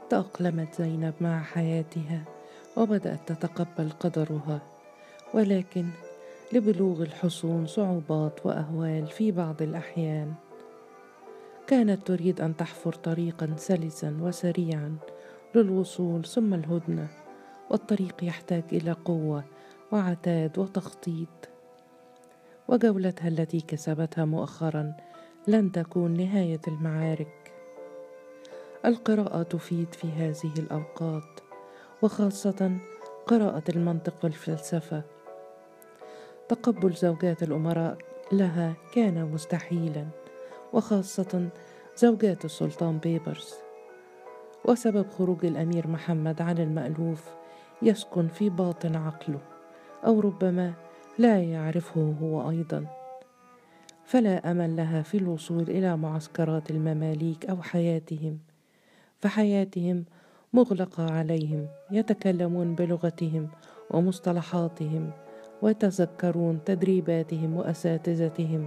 تأقلمت زينب مع حياتها وبدأت تتقبل قدرها، ولكن لبلوغ الحصون صعوبات وأهوال في بعض الأحيان. كانت تريد أن تحفر طريقا سلسا وسريعا للوصول ثم الهدنة، والطريق يحتاج إلى قوة وعتاد وتخطيط. وجولتها التي كسبتها مؤخرا لن تكون نهاية المعارك. القراءة تفيد في هذه الأوقات، وخاصة قراءة المنطق والفلسفة. تقبل زوجات الأمراء لها كان مستحيلا، وخاصة زوجات السلطان بيبرس. وسبب خروج الأمير محمد عن المألوف يسكن في باطن عقله، أو ربما لا يعرفه هو أيضا. فلا أمل لها في الوصول إلى معسكرات المماليك أو حياتهم، فحياتهم مغلقة عليهم، يتكلمون بلغتهم ومصطلحاتهم، ويتذكرون تدريباتهم وأساتذتهم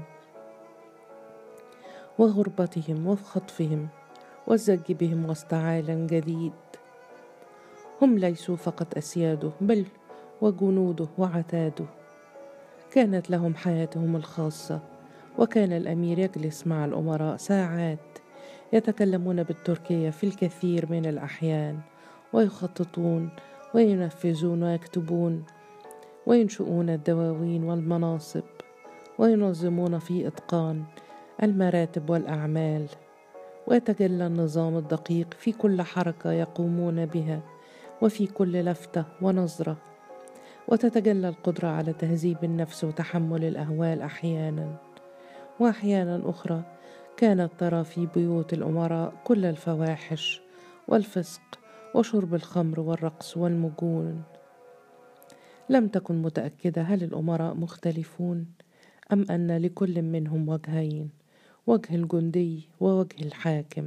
وغربتهم وخطفهم والزج بهم وسط عالم جديد. هم ليسوا فقط أسياده، بل وجنوده وعتاده. كانت لهم حياتهم الخاصة، وكان الأمير يجلس مع الأمراء ساعات يتكلمون بالتركية في الكثير من الأحيان، ويخططون وينفذون ويكتبون وينشؤون الدواوين والمناصب، وينظمون في إتقان المراتب والأعمال. ويتجلى النظام الدقيق في كل حركة يقومون بها، وفي كل لفتة ونظرة. وتتجلى القدرة على تهذيب النفس وتحمل الأهوال أحيانا، وأحيانا أخرى كانت ترى في بيوت الأمراء كل الفواحش والفسق وشرب الخمر والرقص والمجون. لم تكن متأكدة هل الأمراء مختلفون، أم أن لكل منهم وجهين، وجه الجندي ووجه الحاكم.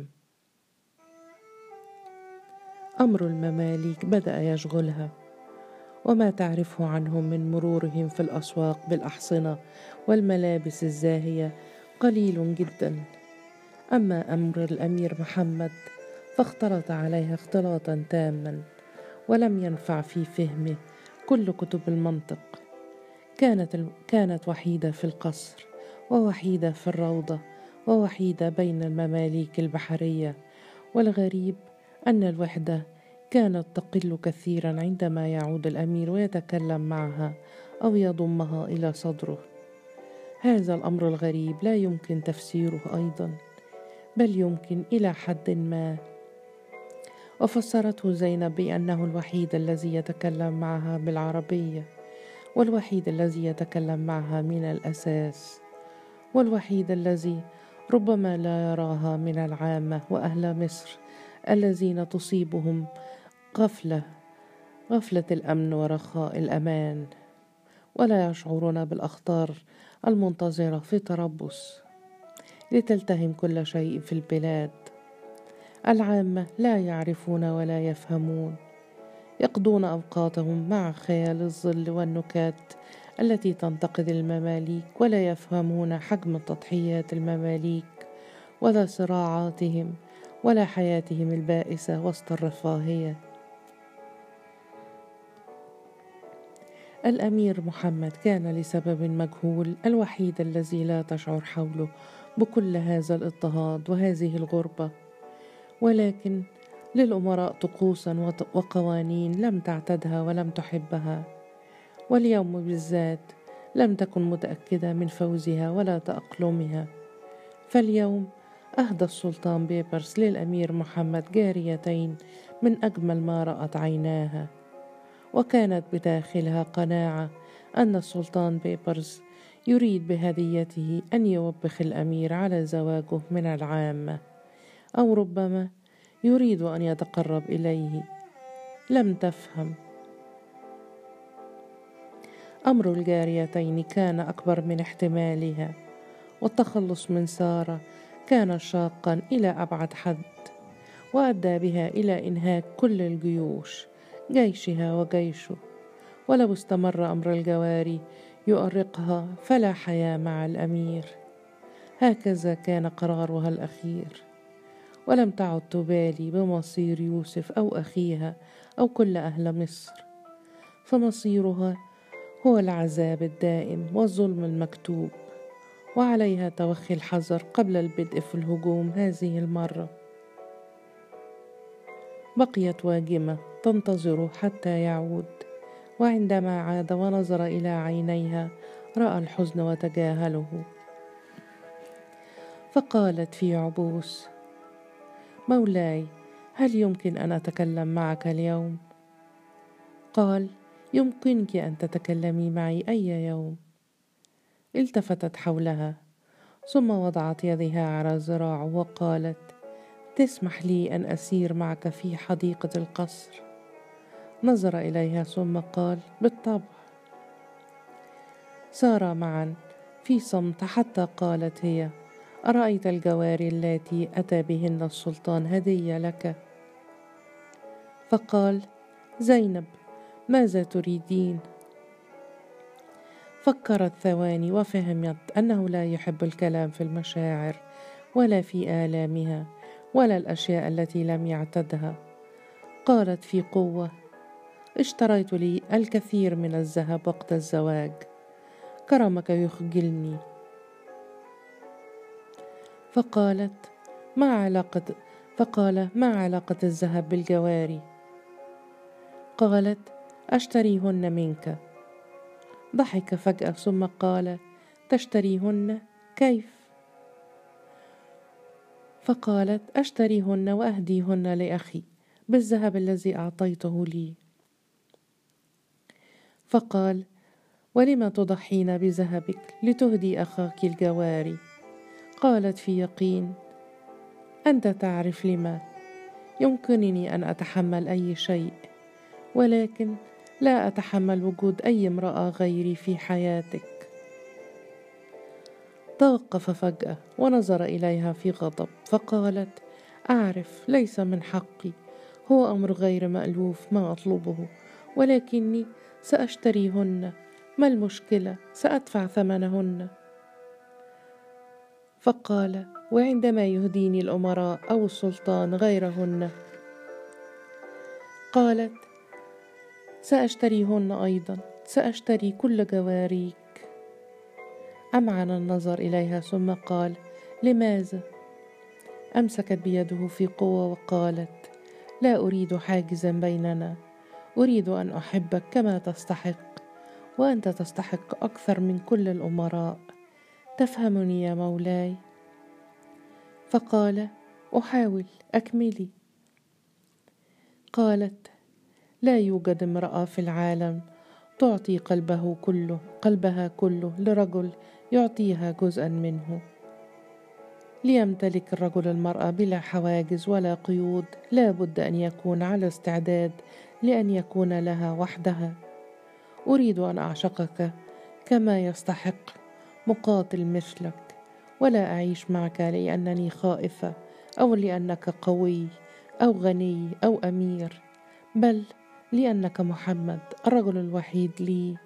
أمر المماليك بدأ يشغلها، وما تعرفه عنهم من مرورهم في الأسواق بالأحصنة والملابس الزاهية قليل جدا. أما أمر الأمير محمد فاختلط عليها اختلاطا تاما، ولم ينفع في فهمه كل كتب المنطق. كانت وحيدة في القصر، ووحيدة في الروضة، ووحيدة بين المماليك البحرية. والغريب أن الوحدة كانت تقل كثيرا عندما يعود الأمير ويتكلم معها أو يضمها إلى صدره. هذا الأمر الغريب لا يمكن تفسيره أيضا، بل يمكن إلى حد ما. وفسرته زينب بأنه الوحيد الذي يتكلم معها بالعربية، والوحيد الذي يتكلم معها من الأساس، والوحيد الذي ربما لا يراها من العامة وأهل مصر الذين تصيبهم غفلة الأمن ورخاء الأمان، ولا يشعرون بالأخطار المنتظرة في تربص لتلتهم كل شيء في البلاد. العامة لا يعرفون ولا يفهمون، يقضون أوقاتهم مع خيال الظل والنكات التي تنتقد المماليك، ولا يفهمون حجم تضحيات المماليك ولا صراعاتهم ولا حياتهم البائسة وسط الرفاهية. الأمير محمد كان لسبب مجهول الوحيد الذي لا تشعر حوله بكل هذا الاضطهاد وهذه الغربة، ولكن للأمراء طقوسا وقوانين لم تعتدها ولم تحبها، واليوم بالذات لم تكن متأكدة من فوزها ولا تأقلمها. فاليوم أهدى السلطان بيبرس للأمير محمد جاريتين من أجمل ما رأت عيناها، وكانت بداخلها قناعة أن السلطان بيبرس يريد بهديته أن يوبخ الأمير على زواجه من العامة، أو ربما يريد أن يتقرب إليه. لم تفهم. أمر الجاريتين كان أكبر من احتمالها، والتخلص من سارة كان شاقا إلى أبعد حد، وأدى بها إلى إنهاك كل الجيوش، جيشها وجيشه. ولو استمر أمر الجواري يؤرقها فلا حياة مع الأمير. هكذا كان قرارها الأخير، ولم تعد تبالي بمصير يوسف أو أخيها أو كل أهل مصر، فمصيرها هو العذاب الدائم والظلم المكتوب، وعليها توخي الحذر قبل البدء في الهجوم. هذه المرة بقيت واجمة تنتظر حتى يعود، وعندما عاد ونظر إلى عينيها رأى الحزن وتجاهله، فقالت في عبوس: مولاي، هل يمكن أن أتكلم معك اليوم؟ قال: يمكنك أن تتكلمي معي أي يوم. التفتت حولها ثم وضعت يدها على ذراعه وقالت: تسمح لي أن أسير معك في حديقة القصر؟ نظر إليها ثم قال: بالطبع. سارا معا في صمت حتى قالت هي: أرأيت الجواري اللاتي أتى بهن السلطان هدية لك؟ فقال: زينب، ماذا تريدين؟ فكرت ثواني وفهمت أنه لا يحب الكلام في المشاعر ولا في آلامها ولا الأشياء التي لم يعتدها. قالت في قوة: اشتريت لي الكثير من الذهب وقت الزواج، كرمك يخجلني. فقال: ما علاقة الذهب بالجواري؟ قالت: أشتريهن منك. ضحك فجأة ثم قال: تشتريهن؟ كيف؟ فقالت: أشتريهن وأهديهن لأخي بالذهب الذي أعطيته لي. فقال: ولم تضحين بذهبك لتهدي أخاك الجواري؟ قالت في يقين: أنت تعرف لما. يمكنني أن أتحمل أي شيء، ولكن لا أتحمل وجود أي امرأة غيري في حياتك. توقف فجأة ونظر إليها في غضب، فقالت: أعرف، ليس من حقي، هو أمر غير مألوف ما أطلبه، ولكني سأشتريهن. ما المشكلة؟ سأدفع ثمنهن. فقال: وعندما يهديني الأمراء أو السلطان غيرهن؟ قالت: سأشتريهن أيضا، سأشتري كل جواريك. أمعن النظر إليها ثم قال: لماذا؟ أمسكت بيده في قوة وقالت: لا أريد حاجزا بيننا، أريد أن أحبك كما تستحق، وأنت تستحق أكثر من كل الأمراء. تفهمني يا مولاي؟ فقال: أحاول، أكملي. قالت: لا يوجد امرأة في العالم تعطي قلبها كله لرجل يعطيها جزءا منه. ليمتلك الرجل المرأة بلا حواجز ولا قيود، لا بد أن يكون على استعداد لأن يكون لها وحدها. أريد أن أعشقك كما يستحق مقاتل مثلك، ولا أعيش معك لأنني خائفة أو لأنك قوي أو غني أو أمير، بل لأنك محمد الرجل الوحيد لي.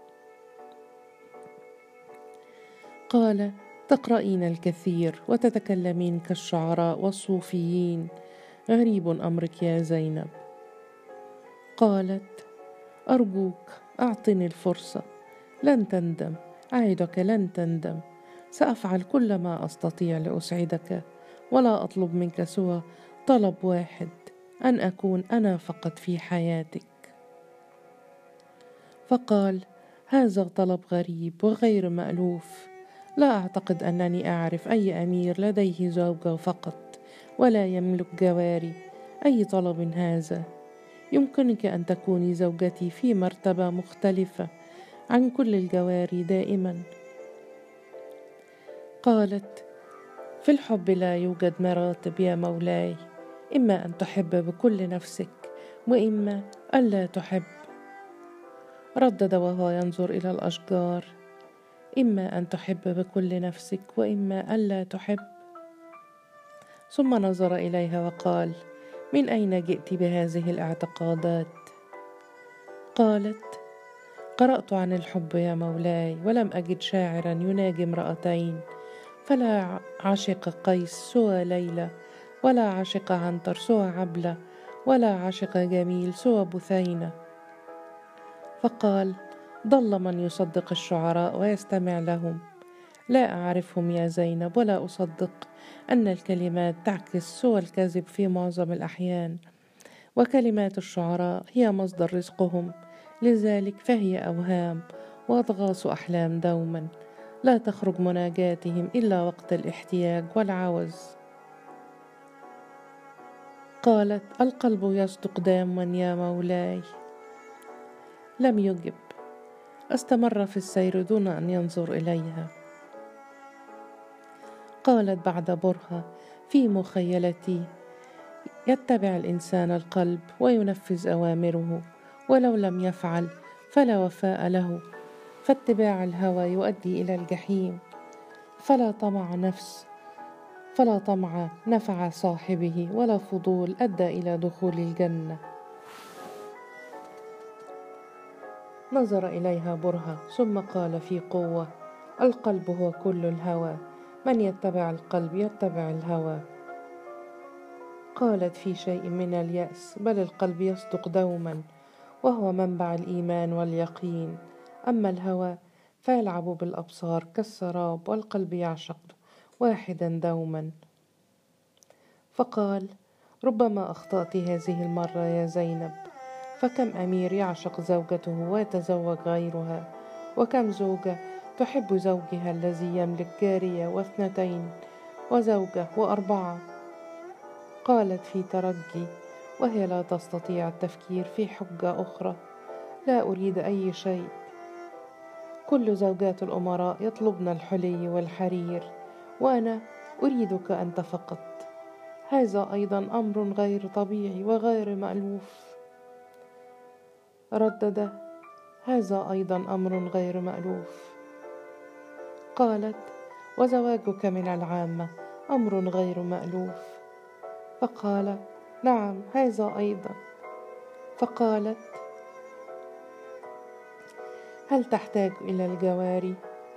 قال: تقرأين الكثير وتتكلمين كالشعراء والصوفيين، غريب أمرك يا زينب. قالت: أرجوك أعطني الفرصة، لن تندم، أعدك لن تندم. سأفعل كل ما أستطيع لأسعدك، ولا أطلب منك سوى طلب واحد، أن أكون أنا فقط في حياتك. فقال: هذا طلب غريب وغير مألوف. لا أعتقد أنني أعرف أي أمير لديه زوجة فقط ولا يملك جواري. أي طلب هذا؟ يمكنك أن تكوني زوجتي في مرتبة مختلفة عن كل الجواري دائما. قالت: في الحب لا يوجد مراتب يا مولاي، إما أن تحب بكل نفسك، وإما ألا تحب. ردد وهو ينظر إلى الأشجار: إما أن تحب بكل نفسك وإما ألا تحب. ثم نظر إليها وقال: من أين جئت بهذه الاعتقادات؟ قالت: قرأت عن الحب يا مولاي، ولم أجد شاعرا يناجي امرأتين، فلا عشق قيس سوى ليلى ولا عشق عنتر سوى عبلة، ولا عشق جميل سوى بثينة. فقال: ضل من يصدق الشعراء ويستمع لهم. لا أعرفهم يا زينب، ولا أصدق أن الكلمات تعكس سوى الكذب في معظم الأحيان، وكلمات الشعراء هي مصدر رزقهم، لذلك فهي أوهام وأضغاث أحلام دوما، لا تخرج مناجاتهم إلا وقت الاحتياج والعوز. قالت: القلب يصدق داما يا مولاي. لم يجب، استمر في السير دون أن ينظر إليها. قالت بعد برهة: في مخيلتي يتبع الإنسان القلب وينفذ أوامره، ولو لم يفعل فلا وفاء له، فاتباع الهوى يؤدي إلى الجحيم، فلا طمع نفع صاحبه، ولا فضول أدى إلى دخول الجنة. نظر إليها برهة ثم قال في قوة: القلب هو كل الهوى، من يتبع القلب يتبع الهوى. قالت في شيء من اليأس: بل القلب يصدق دوما، وهو منبع الإيمان واليقين، أما الهوى فيلعب بالأبصار كالسراب، والقلب يعشق واحدا دوما. فقال: ربما أخطأت هذه المرة يا زينب، فكم أمير يعشق زوجته ويتزوج غيرها، وكم زوجة تحب زوجها الذي يملك جارية واثنتين وزوجة وأربعة. قالت في ترجي وهي لا تستطيع التفكير في حجة أخرى: لا أريد أي شيء، كل زوجات الأمراء يطلبن الحلي والحرير، وأنا أريدك أنت فقط. هذا أيضا أمر غير طبيعي وغير مألوف. ردد: هذا أيضا أمر غير مألوف. قالت: وزواجك من العامة أمر غير مألوف. فقال: نعم هذا أيضا. فقالت: هل تحتاج إلى الجواري؟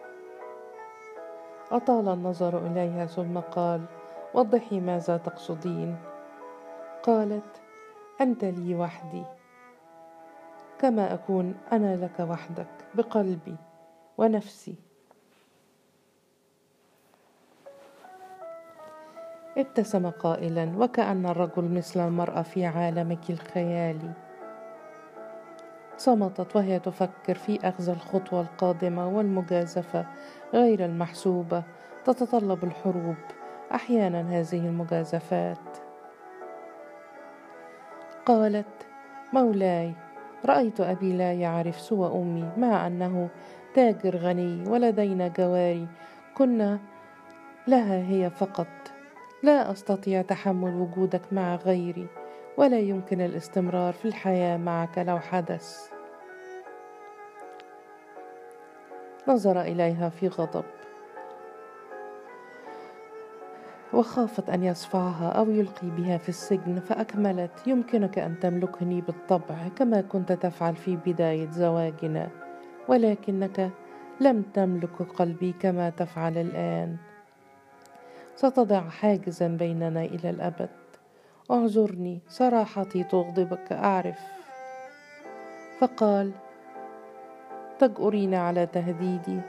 أطال النظر إليها ثم قال: وضحي ماذا تقصدين. قالت: أنت لي وحدي، كما أكون أنا لك وحدك، بقلبي ونفسي. ابتسم قائلا: وكأن الرجل مثل المرأة في عالمك الخيالي. صمتت وهي تفكر في أخذ الخطوة القادمة والمجازفة غير المحسوبة. تتطلب الحروب أحيانا هذه المجازفات. قالت: مولاي، رأيت أبي لا يعرف سوى أمي، مع أنه تاجر غني ولدينا جواري كنا لها هي فقط. لا أستطيع تحمل وجودك مع غيري، ولا يمكن الاستمرار في الحياة معك لو حدث. نظر إليها في غضب، وخافت أن يصفعها أو يلقي بها في السجن، فأكملت: يمكنك أن تملكني بالطبع كما كنت تفعل في بداية زواجنا، ولكنك لم تملك قلبي كما تفعل الآن. ستضع حاجزا بيننا إلى الأبد. اعذرني، صراحتي تغضبك أعرف. فقال: تجأرين على تهديدي؟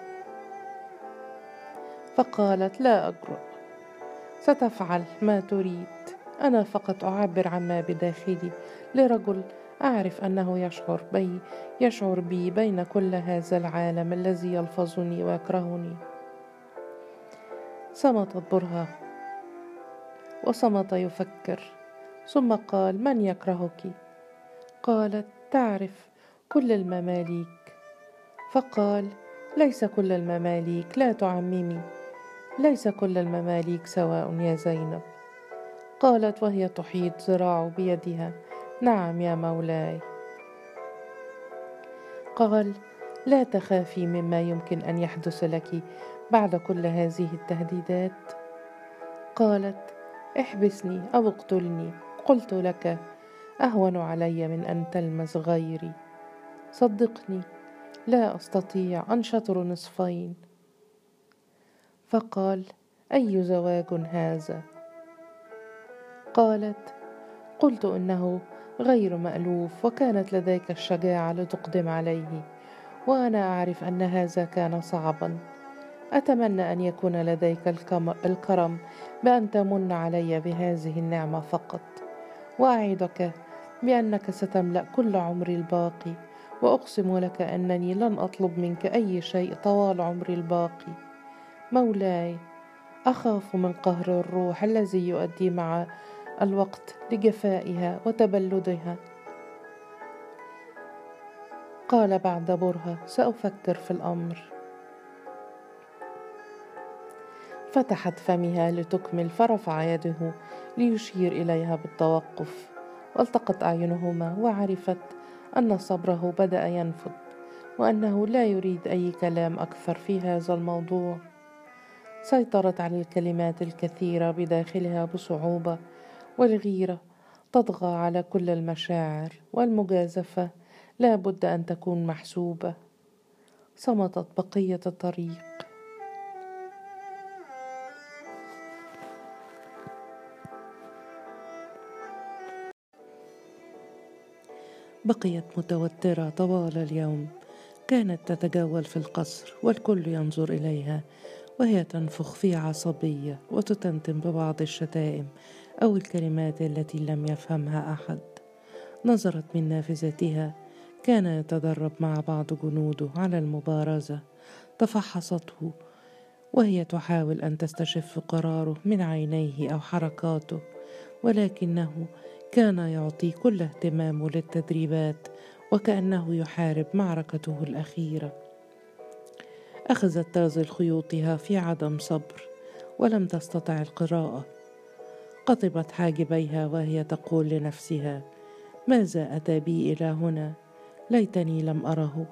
فقالت: لا أجرؤ، ستفعل ما تريد. أنا فقط أعبر عما بداخلي لرجل أعرف أنه يشعر بي بين كل هذا العالم الذي يلفظني ويكرهني. صمتت برهة وصمت يفكر، ثم قال: من يكرهك؟ قالت: تعرف، كل المماليك. فقال: ليس كل المماليك، لا تعممي، ليس كل المماليك سواء يا زينب. قالت وهي تحيط ذراعه بيدها: نعم يا مولاي. قال: لا تخافي مما يمكن أن يحدث لك بعد كل هذه التهديدات. قالت: احبسني أو اقتلني، قلت لك أهون علي من أن تلمس غيري. صدقني، لا أستطيع، أنشطر نصفين. فقال: أي زواج هذا؟ قالت: قلت إنه غير مألوف، وكانت لديك الشجاعة لتقدم عليه، وأنا أعرف أن هذا كان صعبا. أتمنى أن يكون لديك الكرم بأن تمن علي بهذه النعمة فقط، وأعدك بأنك ستملأ كل عمري الباقي، وأقسم لك أنني لن أطلب منك أي شيء طوال عمري الباقي. مولاي، أخاف من قهر الروح الذي يؤدي مع الوقت لجفائها وتبلدها. قال بعد برهة: سأفكر في الأمر. فتحت فمها لتكمل، فرفع يده ليشير إليها بالتوقف، والتقت أعينهما، وعرفت أن صبره بدأ ينفد، وأنه لا يريد أي كلام أكثر في هذا الموضوع. سيطرت على الكلمات الكثيرة بداخلها بصعوبة، والغيرة تطغى على كل المشاعر، والمجازفة لا بد أن تكون محسوبة. صمتت بقية الطريق. بقيت متوترة طوال اليوم. كانت تتجول في القصر، والكل ينظر إليها وهي تنفخ في عصبية وتتمتم ببعض الشتائم أو الكلمات التي لم يفهمها أحد. نظرت من نافذتها. كان يتدرب مع بعض جنوده على المبارزة. تفحصته وهي تحاول أن تستشف قراره من عينيه أو حركاته، ولكنه كان يعطي كل اهتمامه للتدريبات، وكأنه يحارب معركته الأخيرة. أخذت تغزل خيوطها في عدم صبر، ولم تستطع القراءة. قطبت حاجبيها وهي تقول لنفسها: ماذا أتى بي إلى هنا؟ ليتني لم أره.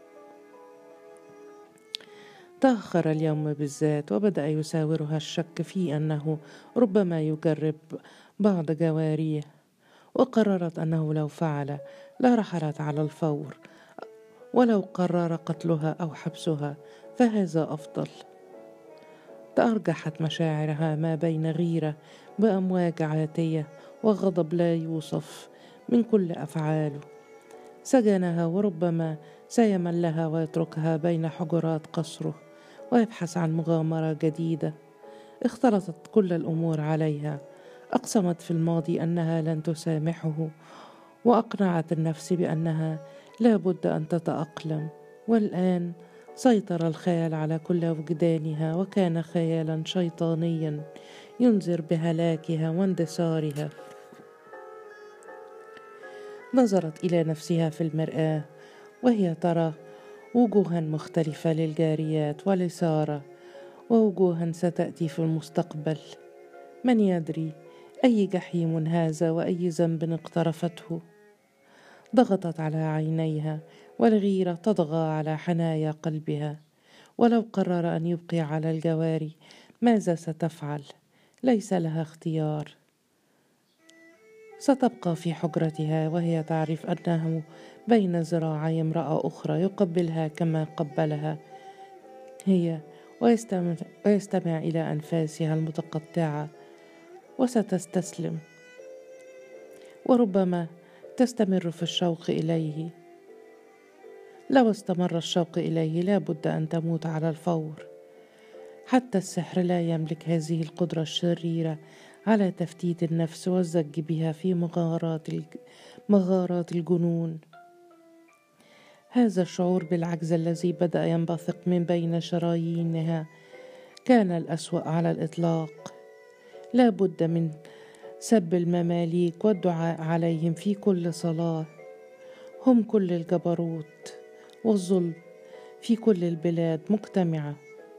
تأخر اليوم بالذات، وبدأ يساورها الشك في أنه ربما يجرب بعض جواريه، وقررت أنه لو فعل لرحلت على الفور، ولو قرر قتلها أو حبسها فهذا أفضل. تأرجحت مشاعرها ما بين غيرة بأمواج عاتية وغضب لا يوصف من كل أفعاله. سجنها، وربما سيملها ويتركها بين حجرات قصره ويبحث عن مغامرة جديدة. اختلطت كل الأمور عليها. أقسمت في الماضي أنها لن تسامحه، وأقنعت النفس بأنها لا بد أن تتأقلم، والآن سيطر الخيال على كل وجدانها، وكان خيالا شيطانيا ينذر بهلاكها واندثارها. نظرت إلى نفسها في المرآة وهي ترى وجوها مختلفة للجاريات ولسارة، ووجوها ستأتي في المستقبل. من يدري أي جحيم هذا وأي ذنب اقترفته. ضغطت على عينيها، والغيرة تطغى على حنايا قلبها. ولو قرر أن يبقي على الجواري ماذا ستفعل؟ ليس لها اختيار. ستبقى في حجرتها وهي تعرف أنه بين ذراعي امرأة أخرى يقبلها كما قبلها هي، ويستمع إلى أنفاسها المتقطعة، وستستسلم، وربما تستمر في الشوق إليه. لو استمر الشوق إليه لا بد أن تموت على الفور. حتى السحر لا يملك هذه القدرة الشريرة على تفتيت النفس والزج بها في مغارات الجنون. هذا الشعور بالعجز الذي بدأ ينبثق من بين شرايينها كان الأسوأ على الإطلاق. لا بد من سب المماليك والدعاء عليهم في كل صلاة. هم كل الجبروت والظلم في كل البلاد مجتمعة.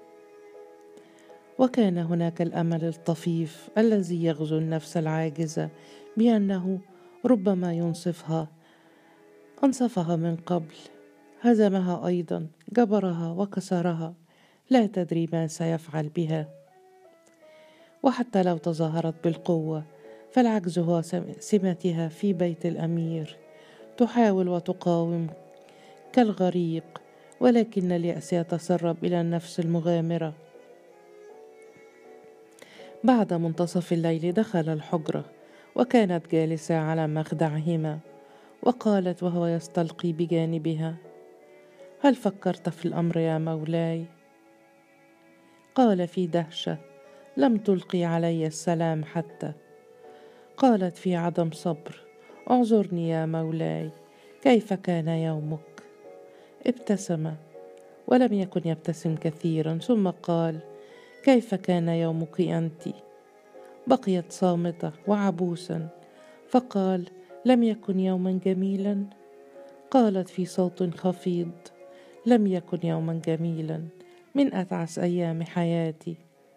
وكان هناك الأمل الطفيف الذي يغزو النفس العاجزة بأنه ربما ينصفها. أنصفها من قبل، هزمها أيضا، جبرها وكسرها، لا تدري ما سيفعل بها. وحتى لو تظاهرت بالقوة فالعجز هو سمتها في بيت الأمير. تحاول وتقاوم كالغريق، ولكن اليأس يتسرب إلى النفس المغامرة. بعد منتصف الليل دخل الحجرة، وكانت جالسة على مخدعهما. وقالت وهو يستلقي بجانبها: هل فكرت في الأمر يا مولاي؟ قال في دهشة: لم تلقي علي السلام حتى. قالت في عدم صبر: اعذرني يا مولاي، كيف كان يومك؟ ابتسم ولم يكن يبتسم كثيرا، ثم قال: كيف كان يومك أنت؟ بقيت صامتة وعبوسا، فقال: لم يكن يوما جميلا؟ قالت في صوت خفيض: لم يكن يوما جميلا، من أتعس أيام حياتي.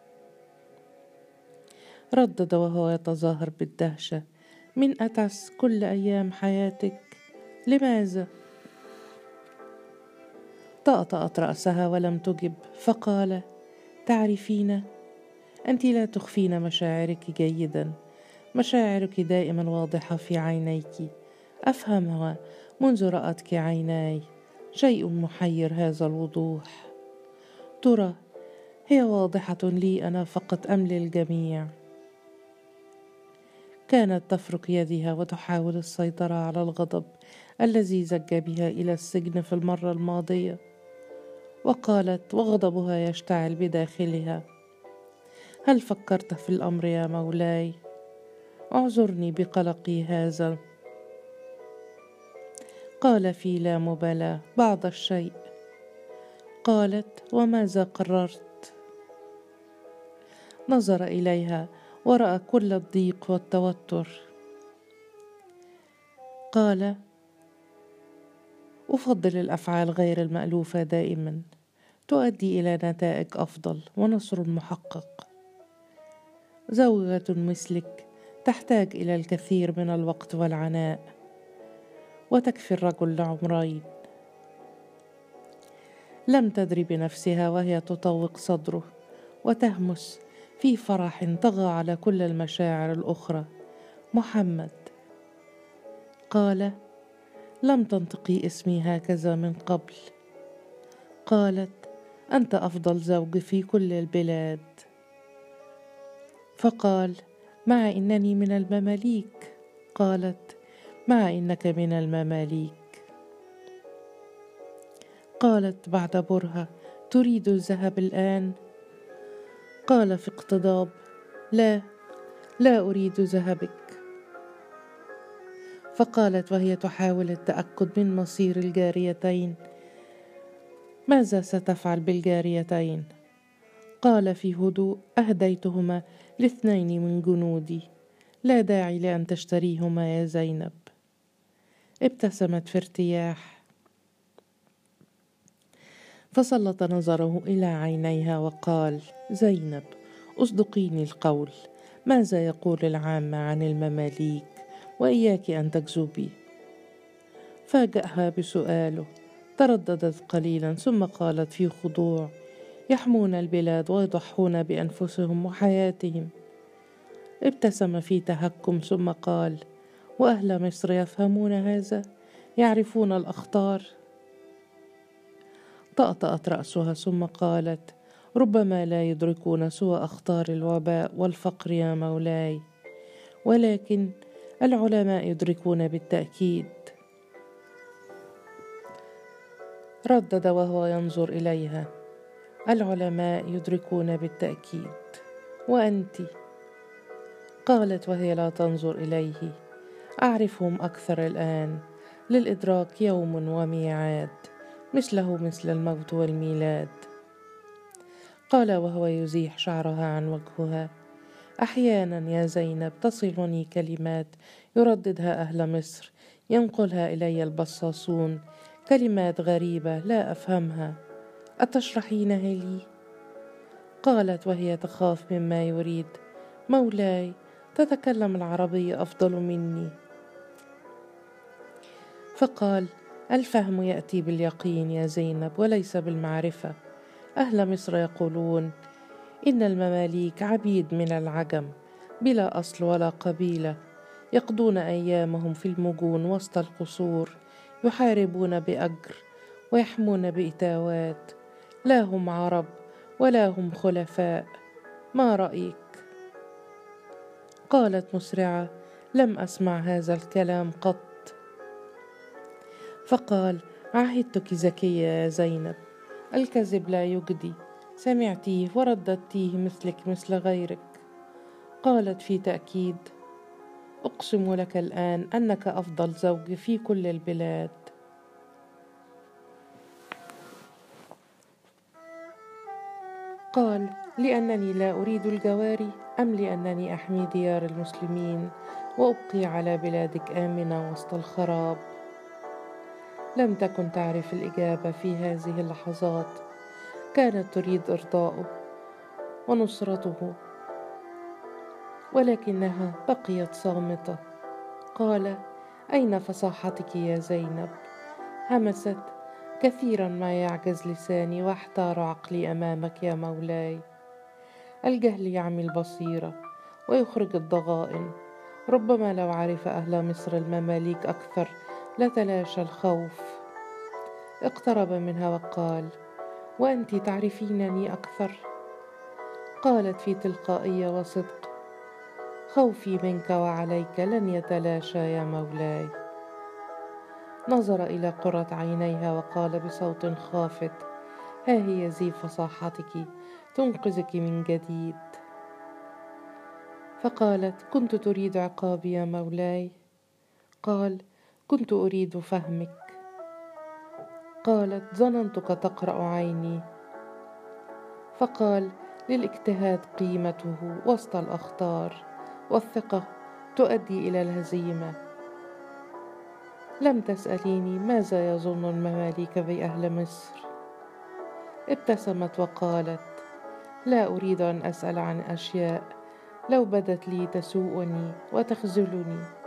ردد وهو يتظاهر بالدهشة: من أتعس كل أيام حياتك؟ لماذا؟ طأطأت رأسها ولم تجب، فقال: تعرفين، أنت لا تخفين مشاعرك جيدا، مشاعرك دائما واضحة في عينيك، أفهمها منذ رأتك عيناي. شيء محير هذا الوضوح، ترى هي واضحة لي أنا فقط أم للجميع؟ كانت تفرك يدها وتحاول السيطرة على الغضب الذي زج بها إلى السجن في المرة الماضية، وقالت وغضبها يشتعل بداخلها: هل فكرت في الأمر يا مولاي؟ اعذرني بقلقي هذا. قال في لا مبالاة: بعض الشيء. قالت: وماذا قررت؟ نظر إليها ورأى كل الضيق والتوتر. قال: أفضل الأفعال غير المألوفة دائما، تؤدي إلى نتائج أفضل ونصر محقق. زوجة مثلك تحتاج إلى الكثير من الوقت والعناء، وتكفي الرجل لعمرين. لم تدري بنفسها وهي تطوق صدره وتهمس في فرح طغى على كل المشاعر الأخرى: محمد. قال: لم تنطقي اسمي هكذا من قبل. قالت: أنت أفضل زوج في كل البلاد. فقال: مع إنني من المماليك. قالت: مع إنك من المماليك. قالت بعد برهة: تريد الذهاب الآن؟ قال في اقتضاب: لا، لا أريد ذهبك. فقالت وهي تحاول التأكد من مصير الجاريتين: ماذا ستفعل بالجاريتين؟ قال في هدوء: أهديتهما لاثنين من جنودي، لا داعي لأن تشتريهما يا زينب. ابتسمت في ارتياح، فسلط نظره إلى عينيها وقال: زينب، أصدقيني القول، ماذا يقول العامة عن المماليك؟ وإياك أن تكذبي. فاجأها بسؤاله، ترددت قليلا ثم قالت في خضوع: يحمون البلاد ويضحون بأنفسهم وحياتهم. ابتسم في تهكم ثم قال: وأهل مصر يفهمون هذا، يعرفون الأخطار. طأطأت رأسها ثم قالت: ربما لا يدركون سوى أخطار الوباء والفقر يا مولاي، ولكن العلماء يدركون بالتأكيد. ردد وهو ينظر إليها: العلماء يدركون بالتأكيد، وأنت؟ قالت وهي لا تنظر إليه: أعرفهم أكثر الآن، للإدراك يوم وميعاد، مثله مثل الموت والميلاد. قال وهو يزيح شعرها عن وجهها: أحيانا يا زينب تصلني كلمات يرددها أهل مصر، ينقلها إلي البصاصون، كلمات غريبة لا أفهمها، أتشرحينها لي؟ قالت وهي تخاف مما يريد: مولاي، تتكلم العربية أفضل مني. فقال: الفهم يأتي باليقين يا زينب وليس بالمعرفة. أهل مصر يقولون إن المماليك عبيد من العجم، بلا أصل ولا قبيلة، يقضون أيامهم في المجون وسط القصور، يحاربون بأجر ويحمون بإتاوات، لا هم عرب ولا هم خلفاء. ما رأيك؟ قالت مسرعة: لم أسمع هذا الكلام قط. فقال: عهدتك ذكية يا زينب، الكذب لا يجدي، سمعتيه ورددتيه مثلك مثل غيرك. قالت في تأكيد: أقسم لك الآن أنك أفضل زوج في كل البلاد. قال: لأنني لا أريد الجواري، أم لأنني أحمي ديار المسلمين وأبقي على بلادك آمنة وسط الخراب؟ لم تكن تعرف الإجابة في هذه اللحظات. كانت تريد إرضاؤه ونصرته، ولكنها بقيت صامتة. قال: أين فصاحتك يا زينب؟ همست: كثيرا ما يعجز لساني واحتار عقلي أمامك يا مولاي. الجهل يعمي البصيرة ويخرج الضغائن. ربما لو عرف أهل مصر المماليك أكثر لتلاشى الخوف. اقترب منها وقال: وأنت تعرفينني أكثر؟ قالت في تلقائية وصدق: خوفي منك وعليك لن يتلاشى يا مولاي. نظر إلى قرة عينيها وقال بصوت خافت: ها هي ذي فصاحتك تنقذك من جديد. فقالت: كنت تريد عقابي يا مولاي؟ قال: كنت أريد فهمك. قالت: ظننتك تقرأ عيني. فقال: للاجتهاد قيمته وسط الأخطار، والثقة تؤدي إلى الهزيمة. لم تسأليني ماذا يظن المماليك بأهل مصر. ابتسمت وقالت: لا أريد أن أسأل عن أشياء لو بدت لي تسوءني وتخذلني.